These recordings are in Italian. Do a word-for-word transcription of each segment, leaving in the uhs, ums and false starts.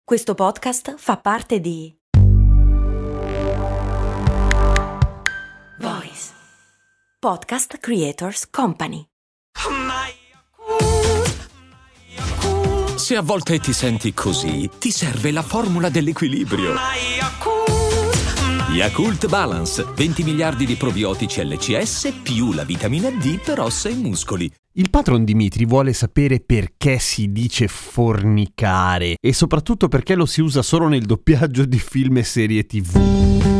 Questo podcast fa parte di Voice Podcast Creators Company. Se a volte ti senti così, ti serve la formula dell'equilibrio. Yakult Balance, venti miliardi di probiotici L C S più la vitamina D per ossa e muscoli. Il patron Dimitri vuole sapere perché si dice fornicare e soprattutto perché lo si usa solo nel doppiaggio di film e serie tivù.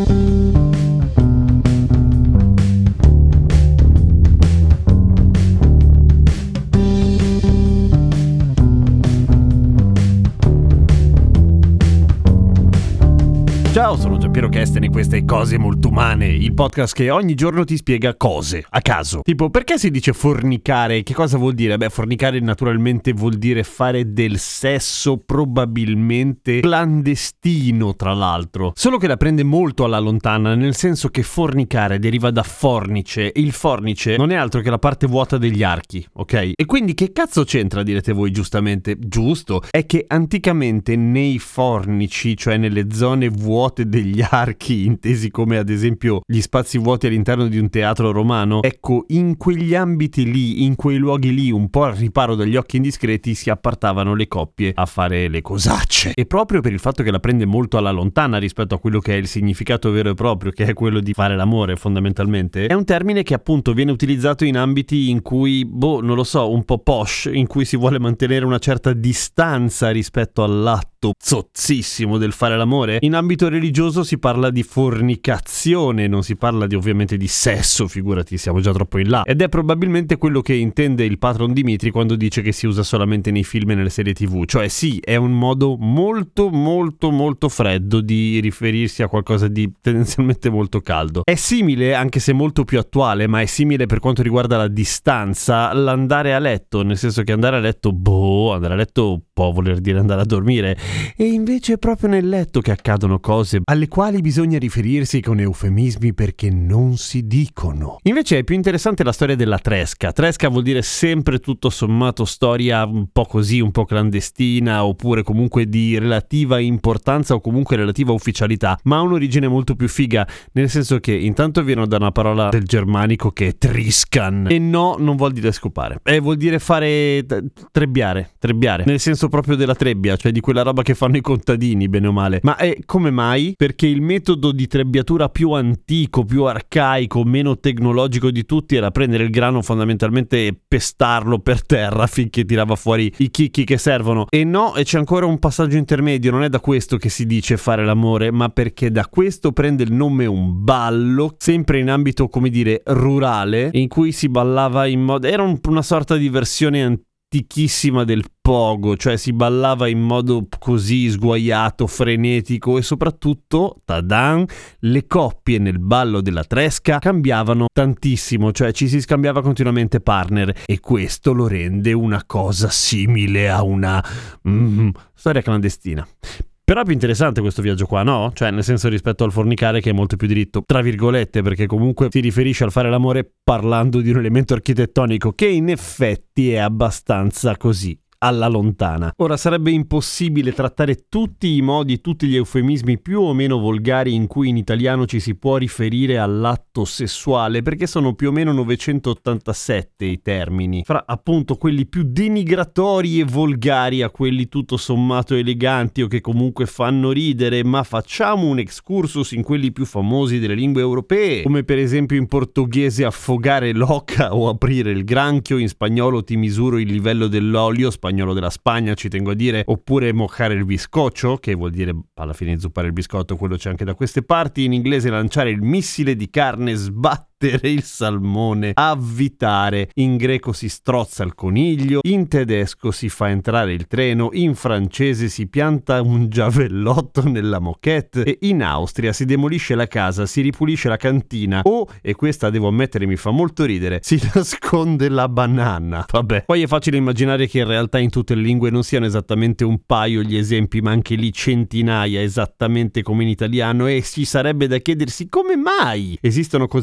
Ciao, sono Giampiero Kesten e queste Cose Molto Umane, il podcast che ogni giorno ti spiega cose, a caso. Tipo, perché si dice fornicare? Che cosa vuol dire? Beh, fornicare naturalmente vuol dire fare del sesso probabilmente clandestino, tra l'altro. Solo che la prende molto alla lontana, nel senso che fornicare deriva da fornice, e il fornice non è altro che la parte vuota degli archi, ok? E quindi che cazzo c'entra, direte voi giustamente? Giusto, è che anticamente nei fornici, cioè nelle zone vuote degli archi, intesi come ad esempio gli spazi vuoti all'interno di un teatro romano, ecco, in quegli ambiti lì, in quei luoghi lì, un po' al riparo dagli occhi indiscreti, si appartavano le coppie a fare le cosacce. E proprio per il fatto che la prende molto alla lontana rispetto a quello che è il significato vero e proprio, che è quello di fare l'amore fondamentalmente, è un termine che appunto viene utilizzato in ambiti in cui, boh, non lo so, un po' posh, in cui si vuole mantenere una certa distanza rispetto all'atto zozzissimo del fare l'amore. In ambito religioso si parla di fornicazione, non si parla di ovviamente di sesso, figurati, siamo già troppo in là. Ed è probabilmente quello che intende il patron Dimitri quando dice che si usa solamente nei film e nelle serie tivù. Cioè sì, è un modo molto molto molto freddo di riferirsi a qualcosa di tendenzialmente molto caldo. È simile, anche se molto più attuale, ma è simile per quanto riguarda la distanza, l'andare a letto, nel senso che andare a letto, boh, andare a letto può voler dire andare a dormire, e invece è proprio nel letto che accadono cose alle quali bisogna riferirsi con eufemismi perché non si dicono. Invece è più interessante la storia della tresca. Tresca vuol dire sempre tutto sommato storia un po' così, un po' clandestina, oppure comunque di relativa importanza o comunque relativa ufficialità, ma ha un'origine molto più figa, nel senso che intanto viene da una parola del germanico che è triscan, e no, non vuol dire scopare, eh, vuol dire fare trebbiare, trebbiare, nel senso proprio della trebbia, cioè di quella roba che fanno i contadini, bene o male. Ma è come mai? Perché il metodo di trebbiatura più antico, più arcaico, meno tecnologico di tutti era prendere il grano fondamentalmente e pestarlo per terra finché tirava fuori i chicchi che servono. E no, e c'è ancora un passaggio intermedio, non è da questo che si dice fare l'amore, ma perché da questo prende il nome un ballo, sempre in ambito, come dire, rurale, in cui si ballava in modo... era un, una sorta di versione antichissima del pogo, cioè si ballava in modo così sguaiato, frenetico, e soprattutto, tadan, le coppie nel ballo della tresca cambiavano tantissimo, cioè ci si scambiava continuamente partner, e questo lo rende una cosa simile a una mm, storia clandestina. Però è più interessante questo viaggio qua, no? Cioè, nel senso, rispetto al fornicare, che è molto più diritto, tra virgolette, perché comunque si riferisce al fare l'amore parlando di un elemento architettonico che in effetti è abbastanza così, alla lontana. Ora, sarebbe impossibile trattare tutti i modi, tutti gli eufemismi più o meno volgari in cui in italiano ci si può riferire all'atto sessuale, perché sono più o meno novecentottantasette i termini, fra appunto quelli più denigratori e volgari a quelli tutto sommato eleganti o che comunque fanno ridere, ma facciamo un excursus in quelli più famosi delle lingue europee, come per esempio in portoghese affogare l'oca o aprire il granchio, in spagnolo ti misuro il livello dell'olio, spagnolo della Spagna ci tengo a dire, oppure moccare il biscoccio, che vuol dire alla fine zuppare il biscotto, quello c'è anche da queste parti, in inglese lanciare il missile di carne, sbattere il salmone, avvitare, in greco si strozza il coniglio, in tedesco si fa entrare il treno, in francese si pianta un giavellotto nella moquette, e in Austria si demolisce la casa, si ripulisce la cantina, o, e questa devo ammettere mi fa molto ridere, si nasconde la banana. Vabbè, poi è facile immaginare che in realtà in tutte le lingue non siano esattamente un paio gli esempi, ma anche lì centinaia, esattamente come in italiano, e ci sarebbe da chiedersi come mai esistono così tanti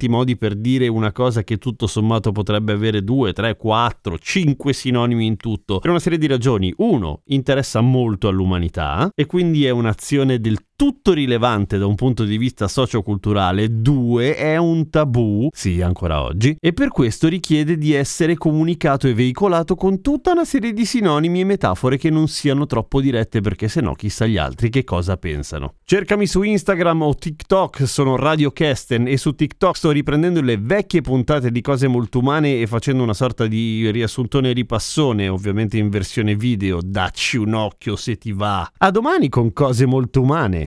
tanti modi per dire una cosa che tutto sommato potrebbe avere due, tre, quattro, cinque sinonimi in tutto, per una serie di ragioni. Uno, interessa molto all'umanità e quindi è un'azione del tutto rilevante da un punto di vista socioculturale. Due, è un tabù, sì, ancora oggi, e per questo richiede di essere comunicato e veicolato con tutta una serie di sinonimi e metafore che non siano troppo dirette, perché sennò chissà gli altri che cosa pensano. Cercami su Instagram o TikTok, sono Radio Kesten, e su TikTok sto riprendendo le vecchie puntate di Cose Molto Umane e facendo una sorta di riassuntone e ripassone, ovviamente in versione video. Dacci un occhio se ti va. A domani con Cose Molto Umane.